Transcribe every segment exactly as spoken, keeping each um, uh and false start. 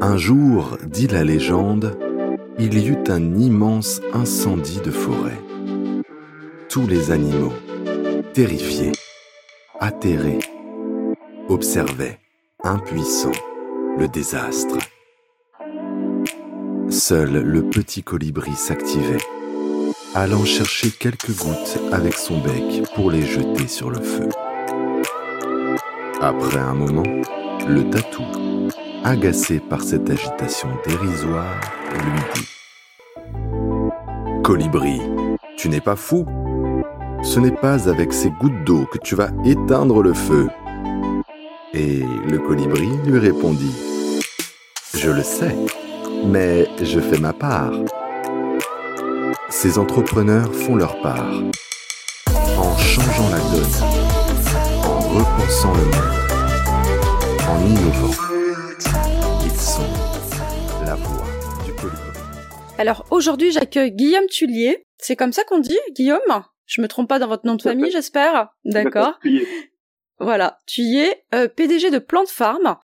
Un jour, dit la légende, il y eut un immense incendie de forêt. Tous les animaux, terrifiés, atterrés, observaient, impuissants, le désastre. Seul le petit colibri s'activait, allant chercher quelques gouttes avec son bec pour les jeter sur le feu. Après un moment, le tatou, agacé par cette agitation dérisoire, lui dit : « Colibri, tu n'es pas fou ? Ce n'est pas avec ces gouttes d'eau que tu vas éteindre le feu. » Et le colibri lui répondit : « Je le sais, mais je fais ma part. » Ces entrepreneurs font leur part, en changeant la donne, en repensant le monde, en innovant. Ils sont la voix du colibri. Alors aujourd'hui, j'accueille Guillaume Tullier. C'est comme ça qu'on dit, Guillaume ? Je me trompe pas dans votre nom de famille, j'espère. D'accord. Voilà, Tullier, euh, P D G de Plante Farm.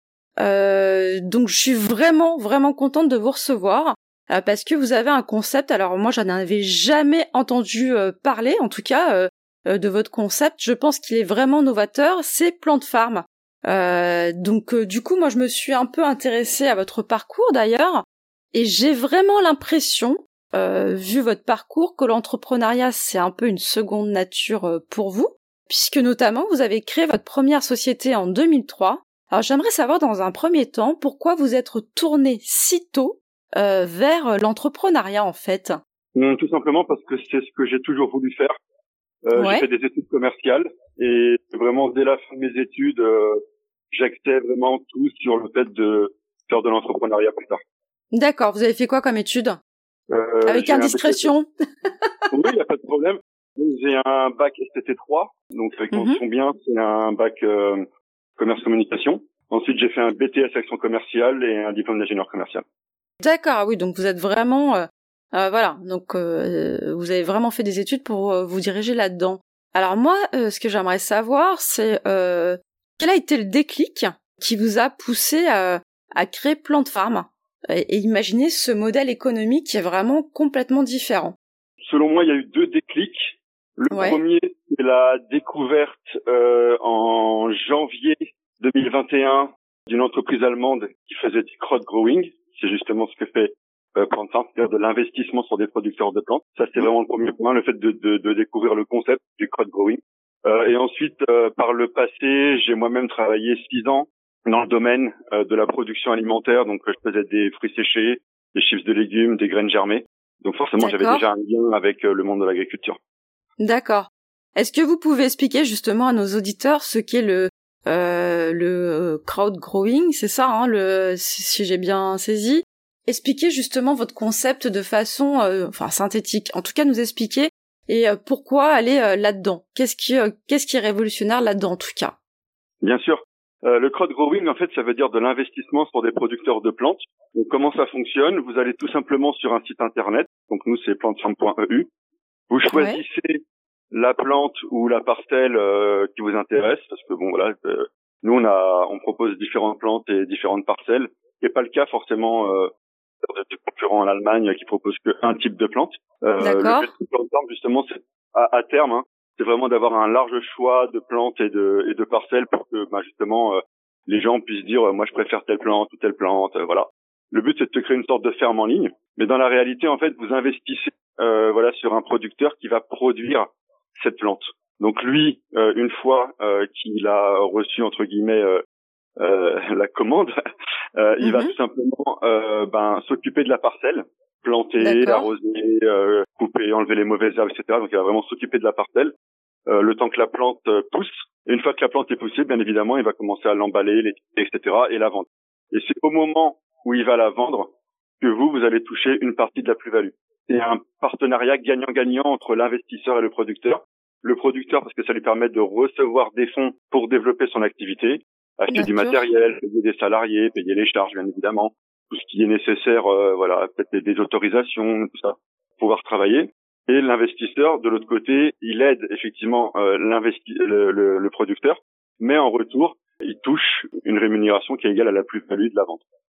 Euh, donc je suis vraiment, vraiment contente de vous recevoir. Euh, parce que vous avez un concept, alors moi j'en avais jamais entendu euh, parler, en tout cas euh, euh, de votre concept, je pense qu'il est vraiment novateur, c'est Plante Farm. Euh, donc euh, du coup moi je me suis un peu intéressée à votre parcours d'ailleurs, et j'ai vraiment l'impression, euh, vu votre parcours, que l'entrepreneuriat c'est un peu une seconde nature euh, pour vous, puisque notamment vous avez créé votre première société en deux mille trois. Alors j'aimerais savoir dans un premier temps pourquoi vous êtes tourné si tôt Euh, vers l'entrepreneuriat en fait. Non, tout simplement parce que c'est ce que j'ai toujours voulu faire. Euh, ouais. J'ai fait des études commerciales et vraiment dès la fin de mes études, euh, j'axais vraiment tout sur le fait de faire de l'entrepreneuriat plus tard. D'accord, vous avez fait quoi comme études ? euh, Avec indiscrétion. Oui, il n'y a pas de problème. J'ai un bac S T T trois, donc avec mm-hmm. mention bien, c'est un bac euh, commerce-communication. Ensuite, j'ai fait un B T S action commerciale et un diplôme d'ingénieur commercial. D'accord, oui, donc vous êtes vraiment, euh, euh, voilà, donc euh, vous avez vraiment fait des études pour euh, vous diriger là-dedans. Alors moi, euh, ce que j'aimerais savoir, c'est euh, quel a été le déclic qui vous a poussé à, à créer Plante Farm et, et imaginer ce modèle économique qui est vraiment complètement différent. Selon moi, il y a eu deux déclics. Le ouais. premier, c'est la découverte euh, en janvier deux mille vingt et un d'une entreprise allemande qui faisait du crowd growing. C'est justement ce que fait euh, Plante Farm, c'est-à-dire de l'investissement sur des producteurs de plantes. Ça, c'est vraiment le premier point, le fait de, de, de découvrir le concept du crowd growing. Euh, et ensuite, euh, par le passé, j'ai moi-même travaillé six ans dans le domaine euh, de la production alimentaire. Donc, je faisais des fruits séchés, des chips de légumes, des graines germées. Donc, forcément, D'accord. j'avais déjà un lien avec euh, le monde de l'agriculture. D'accord. Est-ce que vous pouvez expliquer justement à nos auditeurs ce qu'est le Euh, le crowd growing, c'est ça, hein, le, si, si j'ai bien saisi. Expliquez justement votre concept de façon, euh, enfin synthétique. En tout cas, nous expliquer et euh, pourquoi aller euh, là-dedans. Qu'est-ce qui, euh, qu'est-ce qui est révolutionnaire là-dedans, en tout cas. Bien sûr. Euh, le crowd growing, en fait, ça veut dire de l'investissement sur des producteurs de plantes. Donc, comment ça fonctionne ? Vous allez tout simplement sur un site internet. Donc, nous, c'est plantefarm point e u. Vous choisissez ouais. la plante ou la parcelle euh, qui vous intéresse, parce que bon voilà, euh, nous on a, on propose différentes plantes et différentes parcelles, ce qui n'est pas le cas forcément euh, des concurrents en Allemagne qui proposent qu'un type de plante. Euh, D'accord. Le but de Plante Farm, justement, c'est à, à terme, hein, c'est vraiment d'avoir un large choix de plantes et de, et de parcelles pour que bah, justement euh, les gens puissent dire euh, moi je préfère telle plante ou telle plante, euh, voilà. Le but c'est de te créer une sorte de ferme en ligne, mais dans la réalité en fait vous investissez euh, voilà sur un producteur qui va produire cette plante. Donc lui, euh, une fois euh, qu'il a reçu entre guillemets euh, euh, la commande, euh, il mm-hmm. va tout simplement euh, ben s'occuper de la parcelle, planter, D'accord. arroser, euh, couper, enlever les mauvaises herbes, et cetera. Donc il va vraiment s'occuper de la parcelle euh, le temps que la plante euh, pousse. Et une fois que la plante est poussée, bien évidemment, il va commencer à l'emballer, l'étiqueter, et cetera. Et la vendre. Et c'est au moment où il va la vendre que vous, vous allez toucher une partie de la plus-value. C'est un partenariat gagnant-gagnant entre l'investisseur et le producteur. Le producteur parce que ça lui permet de recevoir des fonds pour développer son activité, acheter D'accord. du matériel, payer des salariés, payer les charges bien évidemment, tout ce qui est nécessaire, euh, voilà, peut-être des autorisations, tout ça, pour pouvoir travailler. Et l'investisseur, de l'autre côté, il aide effectivement euh, l'investi- le, le, le producteur, mais en retour, il touche une rémunération qui est égale à la plus-value de la vente.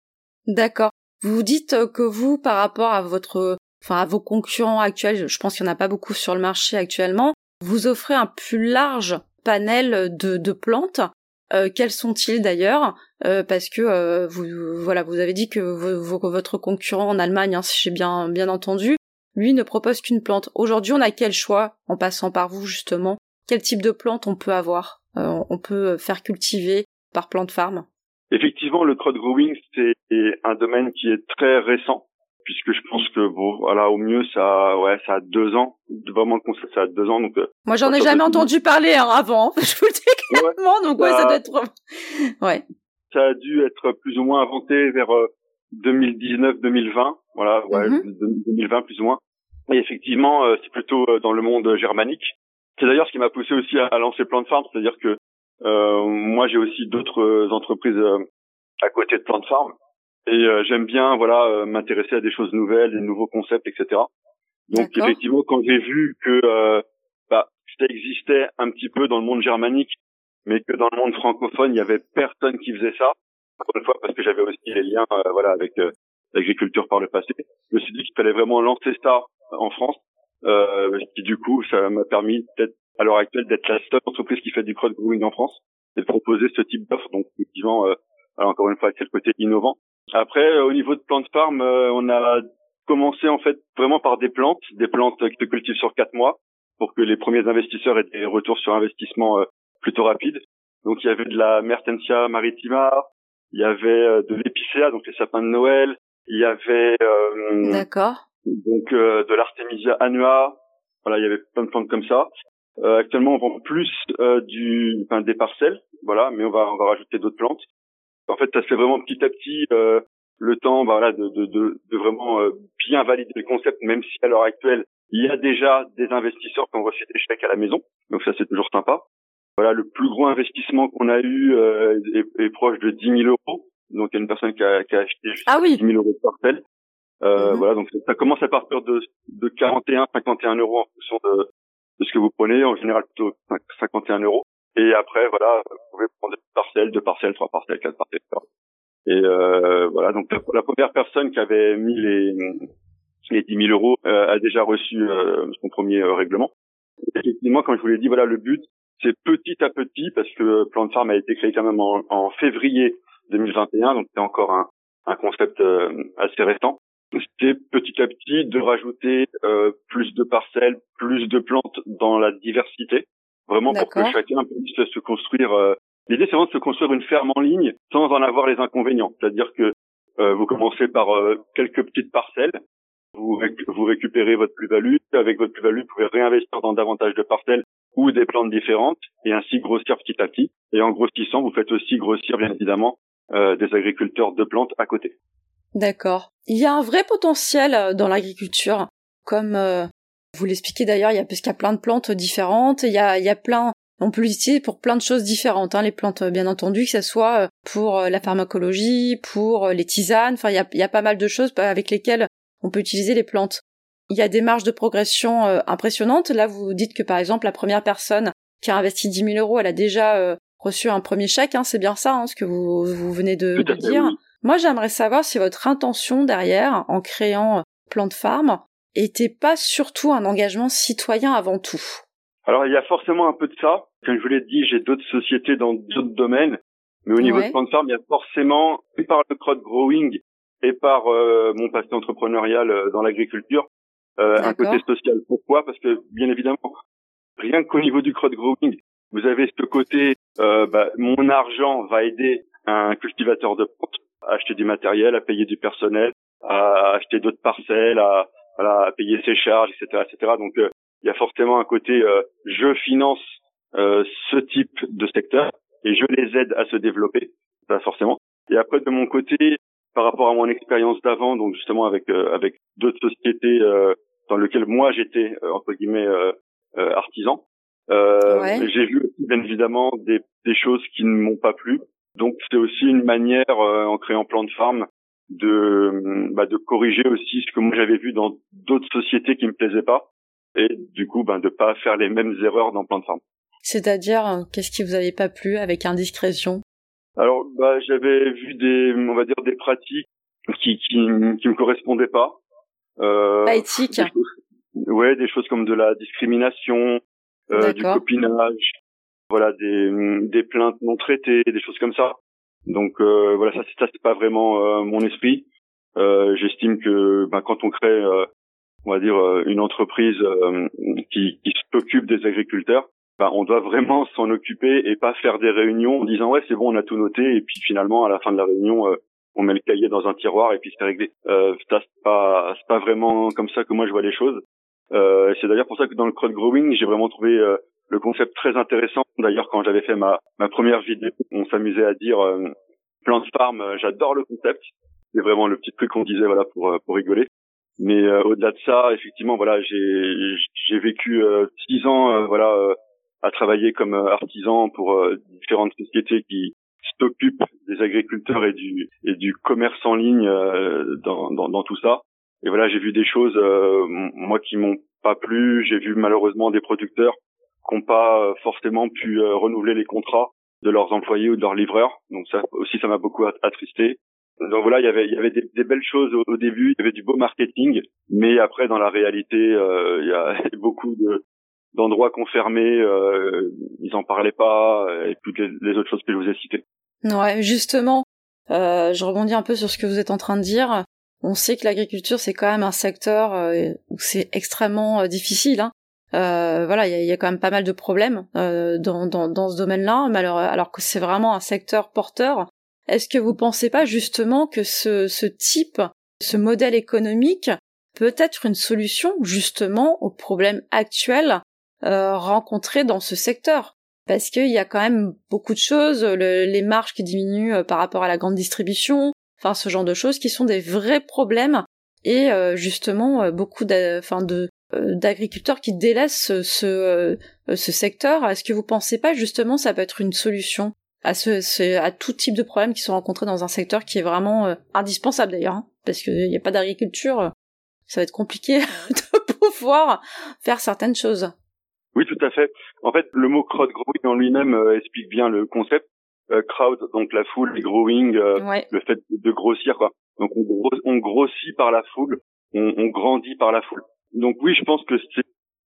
D'accord. Vous dites que vous, par rapport à votre, enfin à vos concurrents actuels, je pense qu'il n'y en a pas beaucoup sur le marché actuellement, vous offrez un plus large panel de, de plantes. Euh, quels sont-ils d'ailleurs euh, Parce que euh, vous, voilà, vous avez dit que v- v- votre concurrent en Allemagne, hein, si j'ai bien bien entendu, lui ne propose qu'une plante. Aujourd'hui, on a quel choix en passant par vous justement? Quel type de plante on peut avoir euh, On peut faire cultiver par Plant Farm? Effectivement, le crowd growing, c'est un domaine qui est très récent, puisque je pense que bon, voilà, au mieux, ça, ouais, ça a deux ans. Vraiment, le concept, ça a deux ans. Donc, moi, j'en ai jamais entendu parler hein, avant. Je vous le dis clairement. Ouais, donc, ouais, ça, ça doit être. Ouais. Ça a dû être plus ou moins inventé vers deux mille dix-neuf deux mille vingt. Voilà, ouais, mm-hmm. deux mille vingt plus ou moins. Et effectivement, euh, c'est plutôt dans le monde germanique. C'est d'ailleurs ce qui m'a poussé aussi à, à lancer Plant Farm, c'est-à-dire que Euh, moi, j'ai aussi d'autres entreprises euh, à côté de Plant Farm et euh, j'aime bien, voilà, euh, m'intéresser à des choses nouvelles, des nouveaux concepts, et cetera. Donc, D'accord. effectivement, quand j'ai vu que euh, bah, ça existait un petit peu dans le monde germanique, mais que dans le monde francophone, il y avait personne qui faisait ça. Encore une fois, parce que j'avais aussi les liens, euh, voilà, avec euh, l'agriculture par le passé. Je me suis dit qu'il fallait vraiment lancer ça en France. Euh, qui du coup, ça m'a permis peut-être à l'heure actuelle d'être la seule entreprise qui fait du crowd growing en France et de proposer ce type d'offre. Donc effectivement, euh, alors encore une fois, c'est le côté innovant. Après, euh, au niveau de Plant Farm, euh, on a commencé en fait vraiment par des plantes, des plantes qui se cultivent sur quatre mois pour que les premiers investisseurs aient des retours sur investissement euh, plutôt rapides. Donc il y avait de la Mertensia maritima, il y avait euh, de l'épicéa, donc les sapins de Noël, il y avait euh, D'accord. donc euh, de l'Artemisia annua. Voilà, il y avait plein de plantes comme ça. Euh, actuellement, on vend plus euh, du, enfin, des parcelles, voilà, mais on va, on va rajouter d'autres plantes. En fait, ça se fait vraiment petit à petit, euh, le temps, bah, voilà, de, de, de, de vraiment euh, bien valider le concept, même si à l'heure actuelle, il y a déjà des investisseurs qui ont reçu des chèques à la maison, donc ça c'est toujours sympa. Voilà, le plus gros investissement qu'on a eu euh, est, est proche de dix mille euros, donc il y a une personne qui a, qui a acheté juste ah oui. dix mille euros de parcelle. Euh, mmh. Voilà, donc ça commence à partir de, de quarante et un, cinquante et un euros en fonction de de ce que vous prenez, en général plutôt cinquante et un euros. Et après, voilà, vous pouvez prendre des parcelles, deux parcelles, trois parcelles, quatre parcelles, et cetera. Et euh, voilà, donc la, la première personne qui avait mis les, les dix mille euros euh, a déjà reçu euh, son premier euh, règlement. Et effectivement, comme je vous l'ai dit, voilà, le but, c'est petit à petit, parce que Plant Farm a été créé quand même en, en février deux mille vingt et un, donc c'est encore un, un concept euh, assez récent. C'était petit à petit de rajouter euh, plus de parcelles, plus de plantes dans la diversité, vraiment D'accord. pour que chacun puisse se construire. Euh... L'idée, c'est vraiment de se construire une ferme en ligne sans en avoir les inconvénients. C'est-à-dire que euh, vous commencez par euh, quelques petites parcelles, vous, réc- vous récupérez votre plus-value. Avec votre plus-value, vous pouvez réinvestir dans davantage de parcelles ou des plantes différentes et ainsi grossir petit à petit. Et en grossissant, vous faites aussi grossir, bien évidemment, euh, des agriculteurs de plantes à côté. D'accord. Il y a un vrai potentiel dans l'agriculture, comme euh, vous l'expliquez d'ailleurs, il y a, parce qu'il y a plein de plantes différentes, il y a, il y a plein, on peut l'utiliser pour plein de choses différentes, hein, les plantes bien entendu, que ce soit pour la pharmacologie, pour les tisanes, enfin il y a, il y a pas mal de choses avec lesquelles on peut utiliser les plantes. Il y a des marges de progression euh, impressionnantes. Là, vous dites que par exemple la première personne qui a investi dix mille euros, elle a déjà euh, reçu un premier chèque, hein, c'est bien ça, hein, ce que vous, vous venez de, de dire. Oui. Moi, j'aimerais savoir si votre intention derrière, en créant Plant Farm, était pas surtout un engagement citoyen avant tout. Alors, il y a forcément un peu de ça. Comme je vous l'ai dit, j'ai d'autres sociétés dans d'autres domaines. Mais au niveau ouais. de Plant Farm, il y a forcément, et par le crowd growing et par euh, mon passé entrepreneurial euh, dans l'agriculture, euh, un côté social. Pourquoi ? Parce que, bien évidemment, rien qu'au niveau du crowd growing, vous avez ce côté, euh, bah, mon argent va aider un cultivateur de plantes à acheter du matériel, à payer du personnel, à acheter d'autres parcelles, à, voilà, à payer ses charges, et cetera, et cetera. Donc, euh, il y a forcément un côté euh, je finance euh, ce type de secteur et je les aide à se développer, ça forcément. Et après, de mon côté, par rapport à mon expérience d'avant, donc justement avec euh, avec d'autres sociétés euh, dans lesquelles moi j'étais euh, entre guillemets euh, euh, artisan, euh, ouais. j'ai vu aussi bien évidemment des, des choses qui ne m'ont pas plu. Donc c'est aussi une manière, euh, en créant Plant Farm, de bah, de corriger aussi ce que moi j'avais vu dans d'autres sociétés qui me plaisaient pas, et du coup ben de pas faire les mêmes erreurs dans Plant Farm. C'est-à-dire, qu'est-ce qui vous avait pas plu avec indiscrétion ? Alors bah j'avais vu des, on va dire des pratiques qui qui qui me correspondaient pas. Euh, pas éthique. Des choses, ouais, des choses comme de la discrimination, euh, du copinage, voilà, des des plaintes non traitées, des choses comme ça. Donc euh, voilà, ça c'est ça c'est pas vraiment euh, mon esprit. Euh, j'estime que ben, quand on crée euh, on va dire euh, une entreprise euh, qui qui s'occupe des agriculteurs, ben, on doit vraiment s'en occuper et pas faire des réunions en disant ouais c'est bon on a tout noté et puis finalement à la fin de la réunion euh, on met le cahier dans un tiroir et puis c'est réglé. Euh, ça, c'est pas c'est pas vraiment comme ça que moi je vois les choses. Euh, c'est d'ailleurs pour ça que dans le crowd growing j'ai vraiment trouvé euh, le concept très intéressant. D'ailleurs quand j'avais fait ma ma première vidéo, on s'amusait à dire euh, Plant Farm, euh, j'adore le concept. C'est vraiment le petit truc qu'on disait voilà pour pour rigoler. Mais euh, au-delà de ça, effectivement voilà j'ai j'ai vécu euh, six ans euh, voilà euh, à travailler comme artisan pour euh, différentes sociétés qui s'occupent des agriculteurs et du et du commerce en ligne euh, dans, dans dans tout ça. Et voilà, j'ai vu des choses euh, moi qui m'ont pas plu. J'ai vu malheureusement des producteurs qui n'ont pas forcément pu euh, renouveler les contrats de leurs employés ou de leurs livreurs. Donc ça aussi, ça m'a beaucoup attristé. Donc voilà, il y avait il y avait des, des belles choses au, au début. Il y avait du beau marketing, mais après dans la réalité, euh, il y a beaucoup de d'endroits confirmés, euh, ils en parlaient pas, et toutes les, les autres choses que je vous ai citées. Ouais, justement, euh, je rebondis un peu sur ce que vous êtes en train de dire. On sait que l'agriculture, c'est quand même un secteur euh, où c'est extrêmement euh, difficile. Hein. Euh, voilà, il y a, y a quand même pas mal de problèmes euh, dans, dans, dans ce domaine-là, mais alors, alors que c'est vraiment un secteur porteur. Est-ce que vous pensez pas justement que ce, ce type, ce modèle économique peut être une solution justement aux problèmes actuels Euh, rencontrés dans ce secteur, parce qu'il y a quand même beaucoup de choses, le, les marges qui diminuent euh, par rapport à la grande distribution, enfin ce genre de choses qui sont des vrais problèmes, et euh, justement euh, beaucoup d'a, enfin, de euh, d'agriculteurs qui délaissent ce, ce, euh, ce secteur. Est-ce que vous pensez pas justement ça peut être une solution à ce, ce à tout type de problèmes qui sont rencontrés dans un secteur qui est vraiment euh, indispensable d'ailleurs, hein, parce qu'il n'y a pas d'agriculture, euh, ça va être compliqué de pouvoir faire certaines choses. Oui, tout à fait. En fait, le mot crowd growing en lui-même euh, explique bien le concept. Euh, crowd, donc la foule, et growing, euh, ouais. le fait de grossir, quoi. Donc on, gros, on grossit par la foule, on, on grandit par la foule. Donc oui, je pense que c'est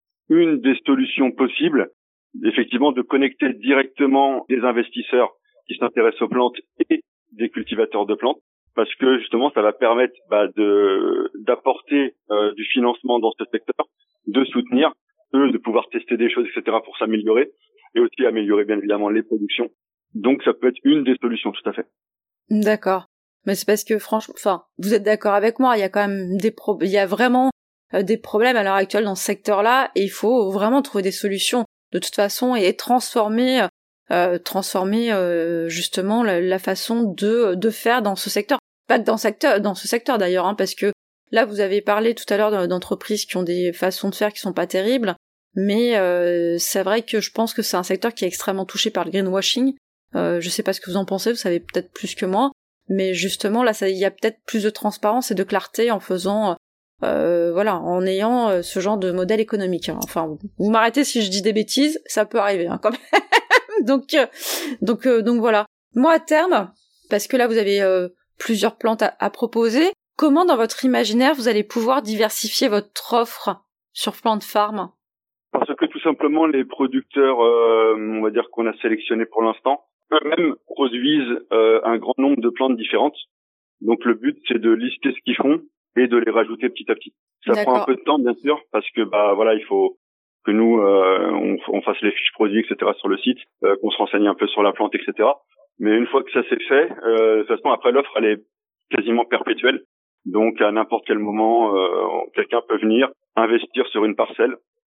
une des solutions possibles, effectivement, de connecter directement des investisseurs qui s'intéressent aux plantes et des cultivateurs de plantes, parce que justement, ça va permettre bah, de d'apporter euh, du financement dans ce secteur, de soutenir, eux, de pouvoir tester des choses, et cetera, pour s'améliorer, et aussi améliorer, bien évidemment, les productions. Donc, ça peut être une des solutions, tout à fait. D'accord. Mais c'est parce que, franchement, enfin, vous êtes d'accord avec moi, il y a quand même des pro- il y a vraiment euh, des problèmes à l'heure actuelle dans ce secteur-là, et il faut vraiment trouver des solutions, de toute façon, et transformer, euh, transformer, euh, justement, la, la façon de, de faire dans ce secteur. Pas que dans, secteur, dans ce secteur, d'ailleurs, hein, parce que là, vous avez parlé tout à l'heure d'entreprises qui ont des façons de faire qui sont pas terribles, mais euh, c'est vrai que je pense que c'est un secteur qui est extrêmement touché par le greenwashing. Euh, je sais pas ce que vous en pensez, vous savez peut-être plus que moi, mais justement là, il y a peut-être plus de transparence et de clarté en faisant, euh, voilà, en ayant euh, ce genre de modèle économique. Hein. Enfin, vous m'arrêtez si je dis des bêtises, ça peut arriver, hein, quand même. donc, euh, donc, euh, donc voilà. Moi, à terme, parce que là, vous avez euh, plusieurs plantes à, à proposer. Comment, dans votre imaginaire, vous allez pouvoir diversifier votre offre sur Plant Farm ? Parce que tout simplement, les producteurs, euh, on va dire qu'on a sélectionnés pour l'instant, eux-mêmes produisent euh, un grand nombre de plantes différentes. Donc le but, c'est de lister ce qu'ils font et de les rajouter petit à petit. Ça D'accord. prend un peu de temps, bien sûr, parce que bah voilà, il faut que nous euh, on, on fasse les fiches produits, et cetera sur le site, euh, qu'on se renseigne un peu sur la plante, et cetera. Mais une fois que ça c'est fait, euh, de toute façon après l'offre, elle est quasiment perpétuelle. Donc à n'importe quel moment, euh, quelqu'un peut venir investir sur une parcelle,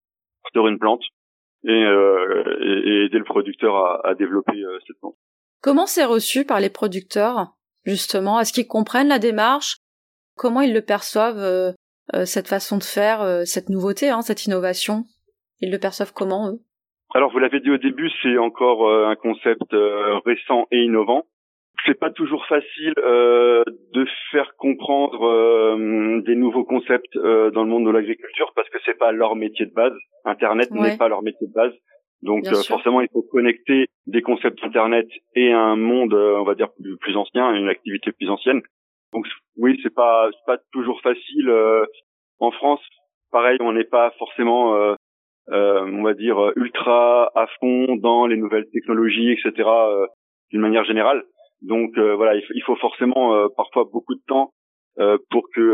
sur une plante, et, euh, et, et aider le producteur à, à développer euh, cette plante. Comment c'est reçu par les producteurs, justement ? Est-ce qu'ils comprennent la démarche ? Comment ils le perçoivent, euh, euh, cette façon de faire, euh, cette nouveauté, hein, cette innovation ? Ils le perçoivent comment, eux ? Alors vous l'avez dit au début, c'est encore euh, un concept euh, récent et innovant. C'est pas toujours facile euh, de faire comprendre euh, des nouveaux concepts euh, dans le monde de l'agriculture parce que c'est pas leur métier de base. Internet ouais. n'est pas leur métier de base. Donc euh, forcément, il faut connecter des concepts Internet et un monde, euh, on va dire, plus, plus ancien, une activité plus ancienne. Donc oui, c'est pas c'est pas toujours facile. Euh, en France, pareil, on n'est pas forcément, euh, euh, on va dire, ultra à fond dans les nouvelles technologies, et cetera. Euh, d'une manière générale. Donc euh, voilà, il, f- il faut forcément euh, parfois beaucoup de temps euh, pour que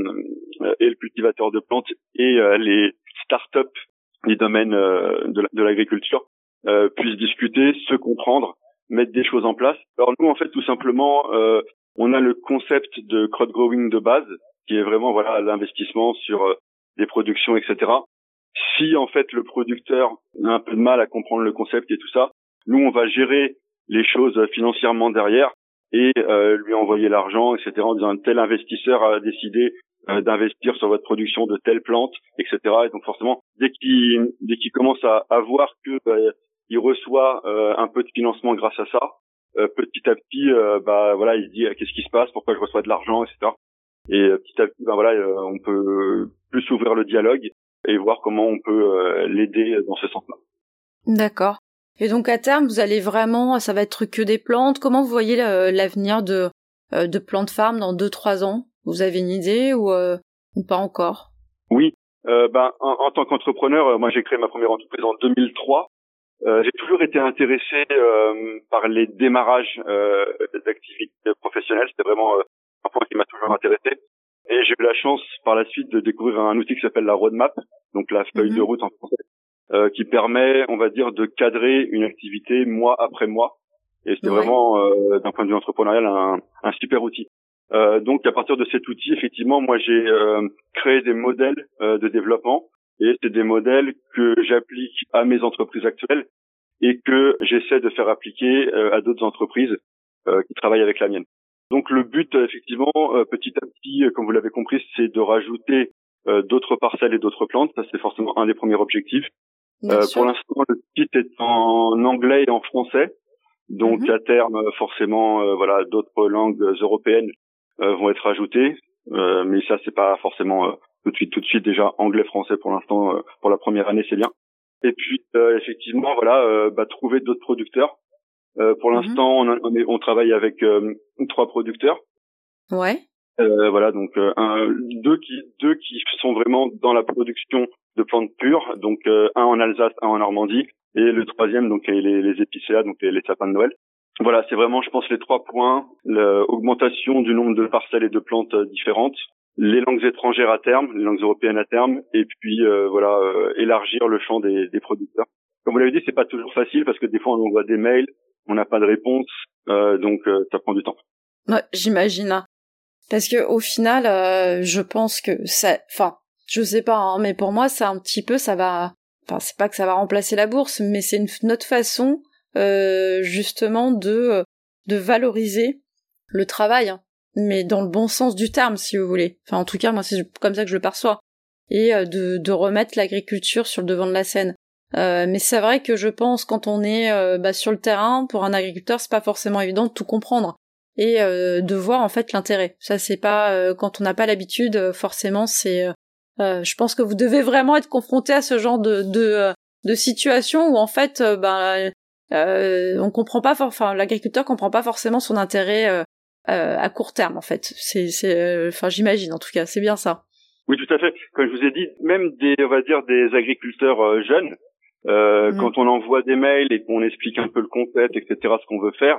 euh, et le cultivateur de plantes et euh, les start-up du domaine euh, de, la- de l'agriculture euh, puissent discuter, se comprendre, mettre des choses en place. Alors nous, en fait, tout simplement, euh, on a le concept de crowd growing de base, qui est vraiment voilà l'investissement sur euh, des productions, et cetera. Si en fait le producteur a un peu de mal à comprendre le concept et tout ça, nous on va gérer les choses financièrement derrière et euh, lui envoyer l'argent, et cetera, en disant tel investisseur a décidé euh, d'investir sur votre production de telle plante, et cetera. Et donc forcément, dès qu'il dès qu'il commence à, à voir que euh, il reçoit euh, un peu de financement grâce à ça, euh, petit à petit, euh, bah voilà, il se dit euh, qu'est-ce qui se passe, pourquoi je reçois de l'argent, et cetera. Et euh, petit à petit, bah voilà, euh, on peut plus ouvrir le dialogue et voir comment on peut euh, l'aider dans ce sens-là. D'accord. Et donc à terme, vous allez vraiment, ça va être que des plantes. Comment vous voyez euh, l'avenir de euh, de Plant Farm dans deux trois ans? Vous avez une idée ou euh, ou pas encore? Oui, euh, ben en, en tant qu'entrepreneur, euh, moi j'ai créé ma première entreprise en deux mille trois. Euh, j'ai toujours été intéressé euh, par les démarrages euh, d'activités professionnelles. C'était vraiment euh, un point qui m'a toujours intéressé. Et j'ai eu la chance par la suite de découvrir un outil qui s'appelle la roadmap, donc la feuille Mhm. de route en français. Euh, qui permet, on va dire, de cadrer une activité mois après mois. Et c'est Ouais. vraiment, euh, d'un point de vue entrepreneurial, un, un super outil. Euh, donc, à partir de cet outil, effectivement, moi, j'ai euh, créé des modèles euh, de développement. Et c'est des modèles que j'applique à mes entreprises actuelles et que j'essaie de faire appliquer euh, à d'autres entreprises euh, qui travaillent avec la mienne. Donc, le but, euh, effectivement, euh, petit à petit, euh, comme vous l'avez compris, c'est de rajouter euh, d'autres parcelles et d'autres plantes. Ça, c'est forcément un des premiers objectifs. Bien Euh, sûr. pour l'instant, le site est en anglais et en français, donc Mhm. à terme, forcément, euh, voilà, d'autres langues européennes euh, vont être ajoutées, euh, mais ça, c'est pas forcément euh, tout de suite, tout de suite déjà anglais-français pour l'instant. Euh, pour la première année, c'est bien. Et puis, euh, effectivement, voilà, euh, bah, trouver d'autres producteurs. Euh, pour Mhm. l'instant, on, a- on, est- on travaille avec euh, trois producteurs. Ouais. Euh, voilà, donc euh, un, deux qui deux qui sont vraiment dans la production de plantes pures, donc euh, un en Alsace, un en Normandie, et le troisième donc les, les épicéas, donc les, les sapins de Noël. Voilà, c'est vraiment, je pense, les trois points: l'augmentation du nombre de parcelles et de plantes euh, différentes, les langues étrangères à terme, les langues européennes à terme, et puis euh, voilà, euh, élargir le champ des, des producteurs. Comme vous l'avez dit, c'est pas toujours facile parce que des fois on envoie des mails, on n'a pas de réponse, euh, donc euh, ça prend du temps. Ouais, j'imagine. hein. Parce que au final, euh, je pense que ça, enfin, je sais pas, hein, mais pour moi, c'est un petit peu, ça va, enfin, c'est pas que ça va remplacer la bourse, mais c'est une, une autre façon, euh, justement, de de valoriser le travail, hein, mais dans le bon sens du terme, si vous voulez. Enfin, en tout cas, moi, c'est comme ça que je le perçois, et euh, de de remettre l'agriculture sur le devant de la scène. Euh, mais c'est vrai que je pense quand on est euh, bah, sur le terrain, pour un agriculteur, c'est pas forcément évident de tout comprendre. Et euh, de voir en fait l'intérêt. Ça c'est pas euh, quand on n'a pas l'habitude, euh, forcément c'est. Euh, euh, je pense que vous devez vraiment être confronté à ce genre de de, euh, de situation où en fait, euh, ben, euh, on comprend pas, for- enfin l'agriculteur comprend pas forcément son intérêt euh, euh, à court terme en fait. C'est, c'est, enfin j'imagine en tout cas, c'est bien ça. Oui, tout à fait. Comme je vous ai dit, même des, on va dire, des agriculteurs euh, jeunes, euh, Mmh. quand on envoie des mails et qu'on explique un peu le concept, et cetera, ce qu'on veut faire,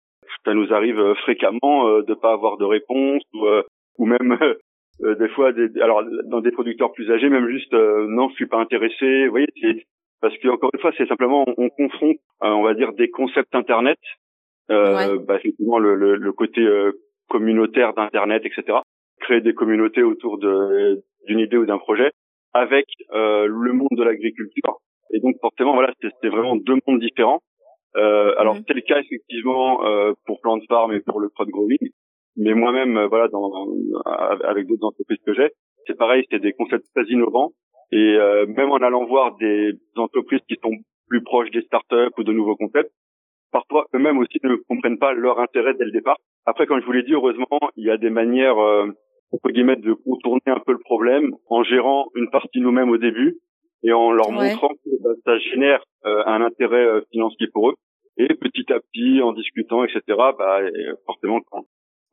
ça nous arrive euh, fréquemment euh, de pas avoir de réponse ou, euh, ou même euh, euh, des fois, des, alors dans des producteurs plus âgés, même juste euh, non, je suis pas intéressé. Vous voyez, c'est parce que encore une fois, c'est simplement on, on confronte, euh, on va dire, des concepts internet, euh, Ouais. bah, effectivement le, le, le côté euh, communautaire d'internet, et cetera. Créer des communautés autour de d'une idée ou d'un projet avec euh, le monde de l'agriculture. Et donc forcément, voilà, c'est, c'est vraiment deux mondes différents. Euh, alors Mmh. c'est le cas effectivement euh, pour Plant Farm et pour le crowd growing, mais moi-même euh, voilà dans, dans avec d'autres entreprises que j'ai, c'est pareil, c'est des concepts très innovants et euh, même en allant voir des entreprises qui sont plus proches des startups ou de nouveaux concepts, parfois eux-mêmes aussi ne comprennent pas leur intérêt dès le départ. Après, comme je vous l'ai dit, heureusement, il y a des manières euh, entre guillemets de contourner un peu le problème en gérant une partie nous-mêmes au début et en leur Ouais. montrant que bah, ça génère euh, un intérêt euh, financier pour eux. Et petit à petit, en discutant, et cetera, bah, et forcément, quand,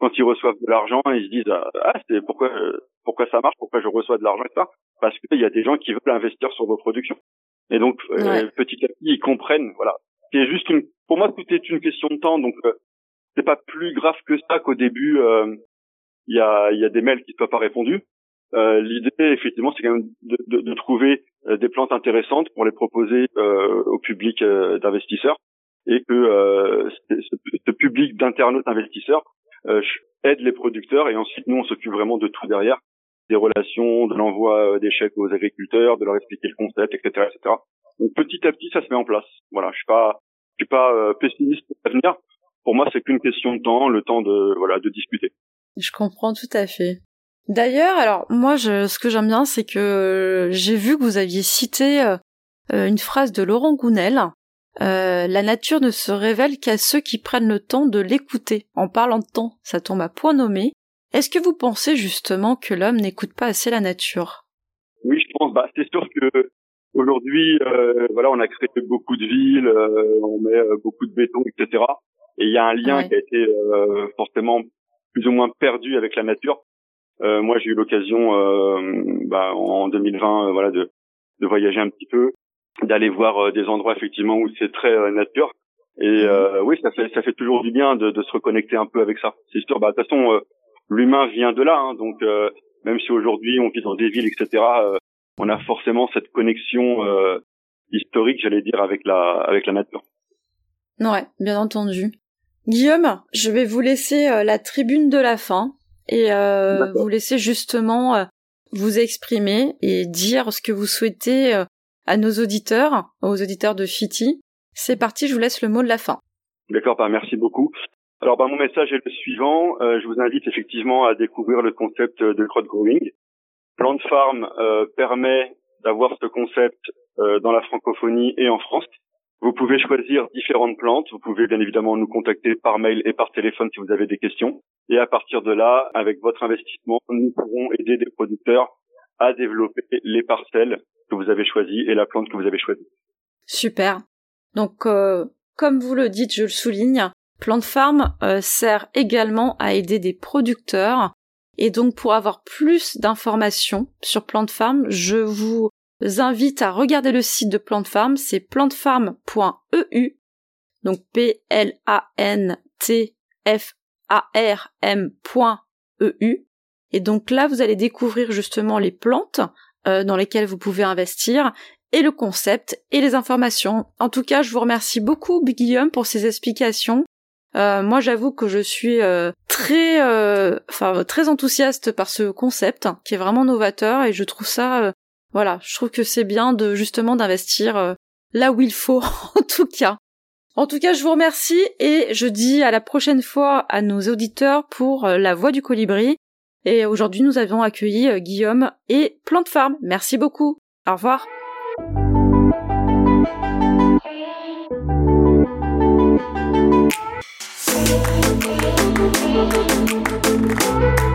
quand ils reçoivent de l'argent, ils se disent ah c'est pourquoi pourquoi ça marche, pourquoi je reçois de l'argent et ça, parce qu'il y a des gens qui veulent investir sur vos productions. Et donc ouais. euh, petit à petit ils comprennent, voilà. C'est juste une, pour moi tout est une question de temps, donc euh, c'est pas plus grave que ça qu'au début euh, il y a il y a des mails qui ne soient pas répondus. Euh, l'idée effectivement c'est quand même de, de, de trouver euh, des plantes intéressantes pour les proposer euh, au public euh, d'investisseurs et que euh, ce, ce public d'internautes investisseurs euh, aide les producteurs et ensuite nous on s'occupe vraiment de tout derrière, des relations, de l'envoi des chèques aux agriculteurs, de leur expliquer le concept, et cetera, et cetera. Donc petit à petit ça se met en place. Voilà, je suis pas je suis pas euh, pessimiste pour l'avenir. Pour moi c'est qu'une question de temps, le temps de voilà de discuter. Je comprends tout à fait. D'ailleurs, alors moi, je, ce que j'aime bien, c'est que j'ai vu que vous aviez cité euh, une phrase de Laurent Gounel. Euh, la nature ne se révèle qu'à ceux qui prennent le temps de l'écouter. En parlant de temps, ça tombe à point nommé. Est-ce que vous pensez justement que l'homme n'écoute pas assez la nature ? Oui, je pense. Bah, c'est sûr que aujourd'hui, euh, voilà, on a créé beaucoup de villes, euh, on met euh, beaucoup de béton, et cetera. Et il y a un lien ouais. qui a été euh, forcément plus ou moins perdu avec la nature. Euh, moi, j'ai eu l'occasion, euh, bah, en deux mille vingt, euh, voilà, de, de voyager un petit peu, d'aller voir euh, des endroits effectivement où c'est très euh, nature. Et euh, oui, ça fait, ça fait toujours du bien de, de se reconnecter un peu avec ça. C'est sûr. Bah, de toute façon, euh, l'humain vient de là, hein, donc euh, même si aujourd'hui on vit dans des villes, et cetera, euh, on a forcément cette connexion euh, historique, j'allais dire, avec la, avec la nature. Ouais, bien entendu. Guillaume, je vais vous laisser euh, la tribune de la fin. Et euh, vous laissez justement euh, vous exprimer et dire ce que vous souhaitez euh, à nos auditeurs, aux auditeurs de Fitti. C'est parti, je vous laisse le mot de la fin. D'accord, bah merci beaucoup. Alors bah mon message est le suivant. Euh, je vous invite effectivement à découvrir le concept de crowd growing. Plant Farm euh, permet d'avoir ce concept euh, dans la francophonie et en France. Vous pouvez choisir différentes plantes. Vous pouvez bien évidemment nous contacter par mail et par téléphone si vous avez des questions. Et à partir de là, avec votre investissement, nous pourrons aider des producteurs à développer les parcelles que vous avez choisies et la plante que vous avez choisie. Super. Donc, euh, comme vous le dites, je le souligne, Plant Farm euh, sert également à aider des producteurs. Et donc, pour avoir plus d'informations sur Plant Farm, je vous invite à regarder le site de Plant Farm, c'est plantfarm point e u, donc P L A N T F A R M point e u. Et donc là, vous allez découvrir justement les plantes euh, dans lesquelles vous pouvez investir, et le concept, et les informations. En tout cas, je vous remercie beaucoup, Guillaume, pour ces explications. Euh, moi, j'avoue que je suis euh, très, euh, enfin, très enthousiaste par ce concept, hein, qui est vraiment novateur, et je trouve ça... Euh, Voilà, je trouve que c'est bien de justement d'investir euh, là où il faut, en tout cas. En tout cas, je vous remercie et je dis à la prochaine fois à nos auditeurs pour euh, La Voix du Colibri. Et aujourd'hui, nous avons accueilli euh, Guillaume et Plant Farm. Merci beaucoup. Au revoir. Thank you.